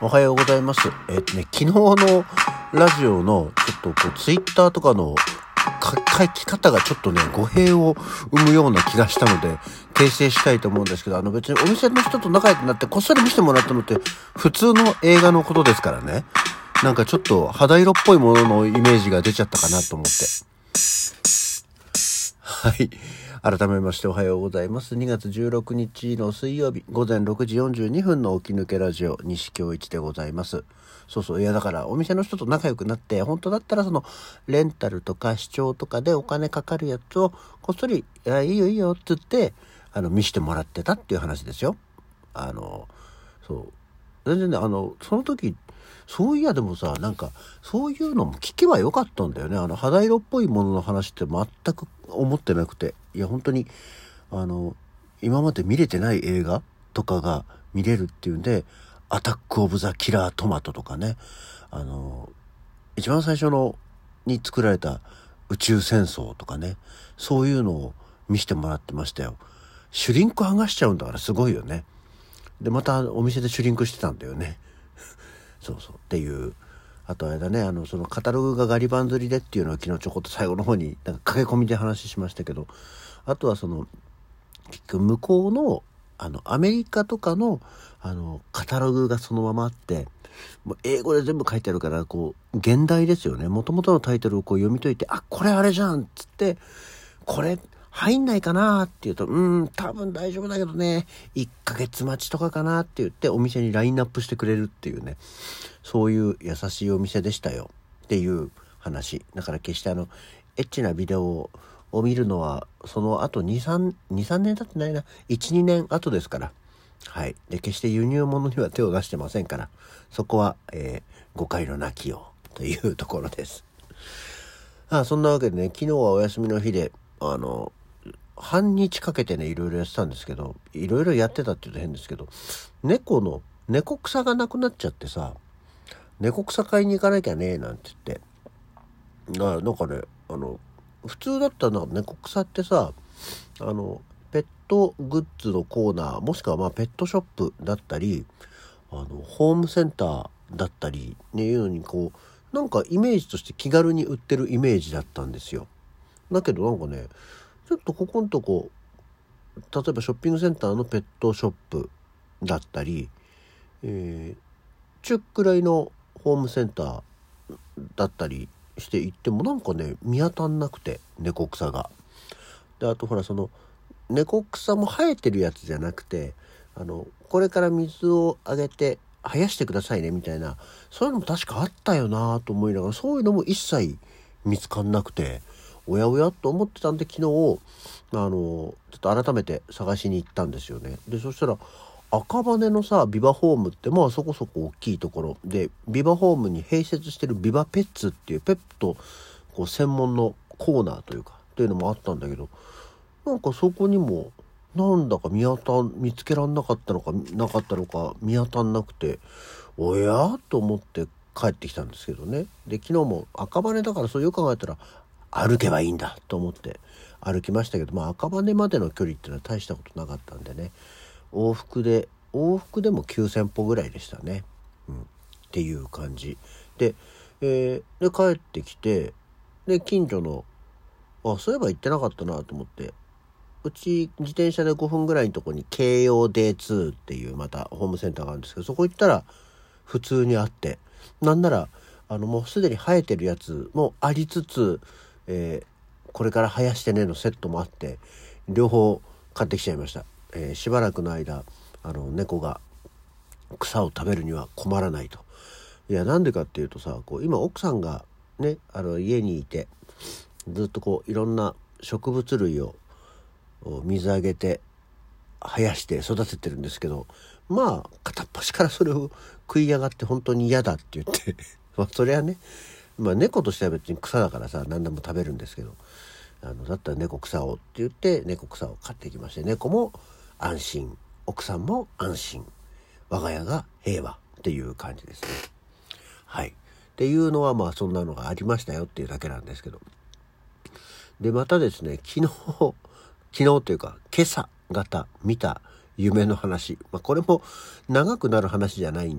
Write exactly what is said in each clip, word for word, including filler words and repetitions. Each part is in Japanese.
おはようございます。えっとね、昨日のラジオのちょっとこうツイッターとかの書き方がちょっとね語弊を生むような気がしたので訂正したいと思うんですけど、あの別にお店の人と仲良くなってこっそり見せてもらったのって普通の映画のことですからね。なんかちょっと肌色っぽいもののイメージが出ちゃったかなと思って。はい。改めましておはようございます。にがつじゅうろくにちの水曜日ごぜんろくじよんじゅうにふんの起き抜けラジオ西京一でございます。そうそう。いやだからお店の人と仲良くなって本当だったらそのレンタルとか視聴とかでお金かかるやつをこっそりいやいいよいいよって言ってあの見せてもらってたっていう話ですよ。あのそう全然ねあのその時そういやでもさなんかそういうのも聞けばよかったんだよね。あの肌色っぽいものの話って全く思ってなくて、いや本当にあの今まで見れてない映画とかが見れるっていうんで、アタックオブザキラートマトとかね、あの一番最初のに作られた宇宙戦争とかね、そういうのを見せてもらってましたよ。シュリンク剥がしちゃうんだからすごいよね。でまたお店でシュリンクしてたんだよね。そうそうっていう。あとあれだね、あのそのカタログがガリ版釣りでっていうのを昨日ちょこっと最後の方になんか駆け込みで話しましたけど、あとはその結局向こうのあのアメリカとかのあのカタログがそのままあって、もう英語で全部書いてあるからこう現代ですよね。元々のタイトルをこう読み解いて、あこれあれじゃんっつって、これ入んないかなって言うと、うーん多分大丈夫だけどねいっかげつ待ちとかかなって言ってお店にラインナップしてくれるっていうね、そういう優しいお店でしたよっていう話だから、決してあのエッチなビデオを見るのはその後にさんねん経ってないな いちにねん後ですから、はいで決して輸入物には手を出してませんから、そこは、えー、誤解のなきようというところです。ああそんなわけでね、昨日はお休みの日であの半日かけてねいろいろやってたんですけど、いろいろやってたって言うと変ですけど、猫の猫草がなくなっちゃってさ、猫草買いに行かなきゃねなんて言って、だからなんかねあの普通だったら猫草ってさ、あのペットグッズのコーナーもしくはまあペットショップだったりあのホームセンターだったりっていうのにこうなんかイメージとして気軽に売ってるイメージだったんですよ。だけどなんかねちょっとここんとこ例えばショッピングセンターのペットショップだったり、えー、中くらいのホームセンターだったりして行ってもなんかね見当たんなくて、猫草が。であとほらその猫草も生えてるやつじゃなくて、あのこれから水をあげて生やしてくださいねみたいな、そういうのも確かあったよなと思いながら、そういうのも一切見つかんなくて、おやおやと思ってたんで、昨日あのちょっと改めて探しに行ったんですよね。でそしたら赤羽のさビバホームってまあそこそこ大きいところで、ビバホームに併設してるビバペッツっていうペットこう専門のコーナーというかっていうのもあったんだけど、なんかそこにもなんだか見当たん見つけらんなかったのかなかったのか見当たんなくて、おやと思って帰ってきたんですけどね。で昨日も赤羽だからそうよく考えたら歩けばいいんだと思って歩きましたけど、まあ赤羽までの距離っていうのは大したことなかったんでね、往復で往復でもきゅうせんぽぐらいでしたね、うん、っていう感じで、えー、で帰ってきて、で近所のあそういえば行ってなかったなと思って、うち自転車でごふんぐらいのとこに京葉 デイツー っていうまたホームセンターがあるんですけど、そこ行ったら普通にあって、なんならあのもうすでに生えてるやつもありつつ、えー、これから生やしてねのセットもあって両方買ってきちゃいました。えー、しばらくの間あの猫が草を食べるには困らないと。いやなんでかっていうとさ、こう今奥さんがねあの家にいてずっとこういろんな植物類を水あげて生やして育ててるんですけど、まあ片っ端からそれを食い上がって本当に嫌だって言ってまあそれはね、まあ猫としては別に草だからさ何でも食べるんですけど、あのだったら猫草をって言って猫草を買ってきまして、猫も安心奥さんも安心、我が家が平和っていう感じですね。はいっていうのはまあそんなのがありましたよっていうだけなんですけど、でまたですね昨日昨日というか今朝方見た夢の話、まあ、これも長くなる話じゃないんで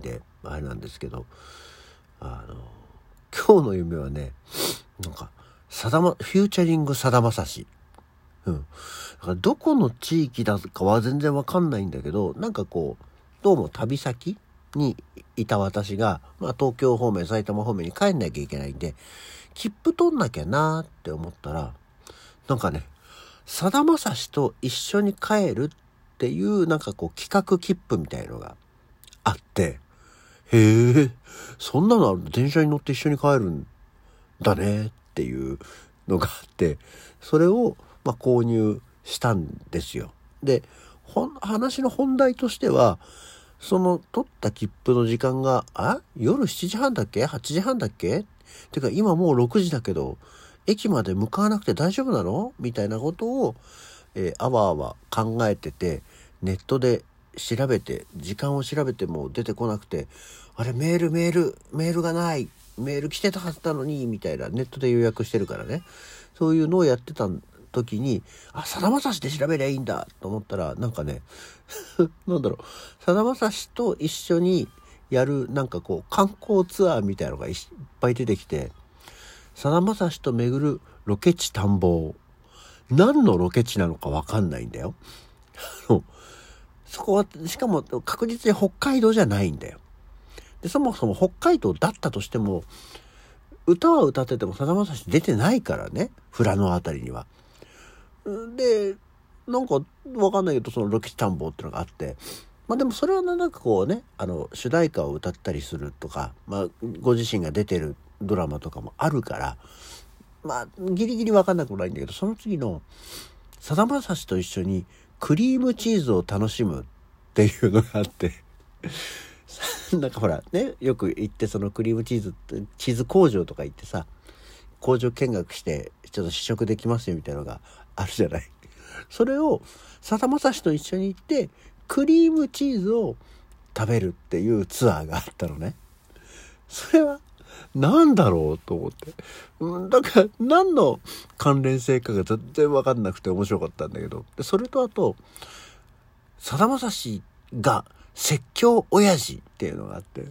あれなんですけど、あの今日の夢はね、なんかさだまフューチャリングさだまさし、うん、だからどこの地域だかは全然わかんないんだけど、なんかこうどうも旅先にいた私が、まあ、東京方面埼玉方面に帰んなきゃいけないんで切符取んなきゃなーって思ったら、なんかねさだまさしと一緒に帰るっていうなんかこう企画切符みたいのがあって、へえ、そんなの電車に乗って一緒に帰るんだねっていうのがあって、それをまあ購入したんですよ。で、ほん話の本題としては、その取った切符の時間が、あ夜しちじはんだっけ ?はち 時半だっけてか今もうろくじだけど、駅まで向かわなくて大丈夫なのみたいなことを、えー、あわあわ考えてて、ネットで調べて、時間を調べても出てこなくて、あれメールメール、メールがない。メール来てたはずなのに、みたいな、ネットで予約してるからね。そういうのをやってた時に、あ、さだまさしで調べりゃいいんだと思ったら、なんかね、なんだろう、さだまさしと一緒にやる、なんかこう、観光ツアーみたいなのがいっぱい出てきて、さだまさしと巡るロケ地探訪。何のロケ地なのかわかんないんだよ。そこは、しかも確実に北海道じゃないんだよ。で、そもそも北海道だったとしても、歌は歌っててもさだまさし出てないからね、富良野あたりには。で、なんかわかんないけど、そのロケ地探訪っていうのがあって、まあでもそれはなんかこうね、あの、主題歌を歌ったりするとか、まあ、ご自身が出てるドラマとかもあるから、まあ、ギリギリわかんなくもないんだけど、その次の、さだまさしと一緒にクリームチーズを楽しむっていうのがあって、なんかほらね、よく行ってそのクリームチーズってチーズ工場とか行ってさ、工場見学してちょっと試食できますよみたいなのがあるじゃない。それをさだまさしと一緒に行ってクリームチーズを食べるっていうツアーがあったのね。それはなんだろうと思って、うん、だから何の関連性かが全然分かんなくて面白かったんだけど、でそれとあとさだまさしが説教親父っていうのがあって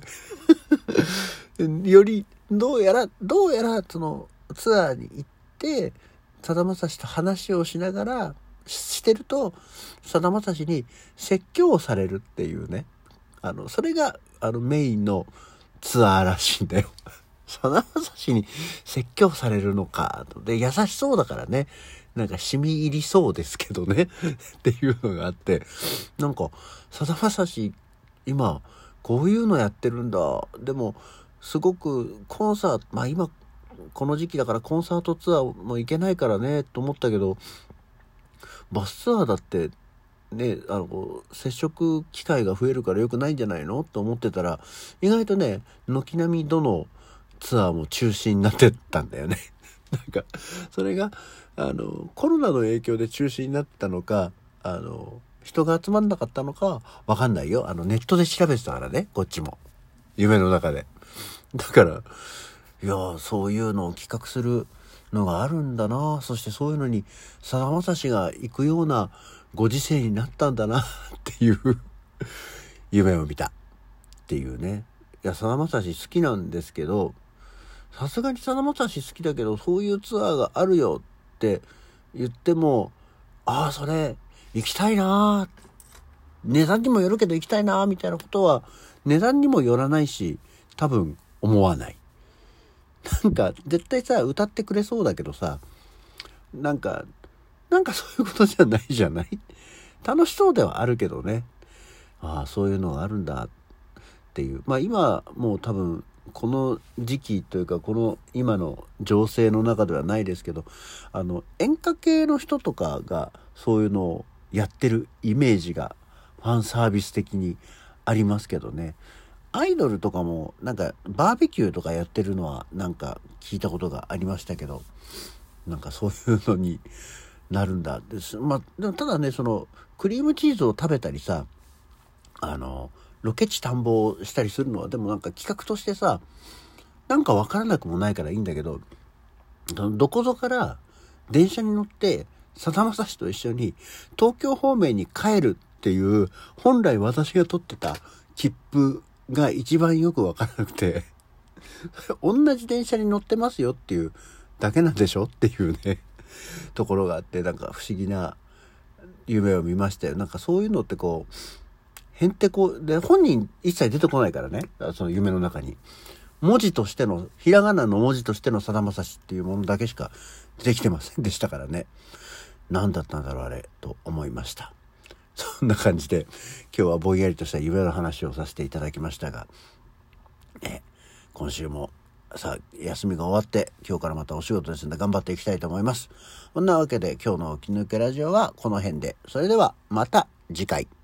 よりどうやらどうやらそのツアーに行ってさだまさしと話をしながらしてるとさだまさしに説教をされるっていうね、あのそれがあのメインのツアーらしいんだよ。さだまさしに説教されるのかで、優しそうだからね、なんか染み入りそうですけどねっていうのがあって、なんかさだまさし今こういうのやってるんだ。でもすごくコンサート、まあ今この時期だからコンサートツアーも行けないからねと思ったけど、バスツアーだってね、あの接触機会が増えるから良くないんじゃないのと思ってたら、意外とね軒並みどのツアーも中止になってったんだよね。なんかそれがあのコロナの影響で中止になったのか、あの人が集まんなかったのかわかんないよ。あのネットで調べてたからね、こっちも夢の中で。だからいやそういうのを企画するのがあるんだな、そしてそういうのにさだまさしが行くようなご時世になったんだなっていう夢を見たっていうね。いやさだまさし好きなんですけど、さすがにさだまさし好きだけどそういうツアーがあるよって言っても、ああそれ行きたいな、値段にもよるけど行きたいなみたいなことは値段にもよらないし多分思わない。なんか絶対さ歌ってくれそうだけどさ、なんかなんかそういうことじゃないじゃない。楽しそうではあるけどね、ああそういうのがあるんだっていう、まあ今もう多分この時期というかこの今の情勢の中ではないですけど、あの演歌系の人とかがそういうのをやってるイメージがファンサービス的にありますけどね。アイドルとかもなんかバーベキューとかやってるのはなんか聞いたことがありましたけど、なんかそういうのになるんだです。まあでもただね、そのクリームチーズを食べたりさ、あのロケ地探訪したりするのはでもなんか企画としてさ、なんか分からなくもないからいいんだけど、どこぞから電車に乗ってさだまさしと一緒に東京方面に帰るっていう本来私が取ってた切符が一番よくわからなくて同じ電車に乗ってますよっていうだけなんでしょっていうねところがあって、なんか不思議な夢を見ましたよ。なんかそういうのってこうへんてこで、本人一切出てこないからね、その夢の中に文字としてのひらがなの文字としてのさだまさしっていうものだけしか出てきてませんでしたからね。何だったんだろうあれと思いました。そんな感じで今日はぼんやりとした夢の話をさせていただきましたが、え今週もさあ休みが終わって今日からまたお仕事ですので頑張っていきたいと思います。そんなわけで今日の起き抜けラジオはこの辺で、それではまた次回。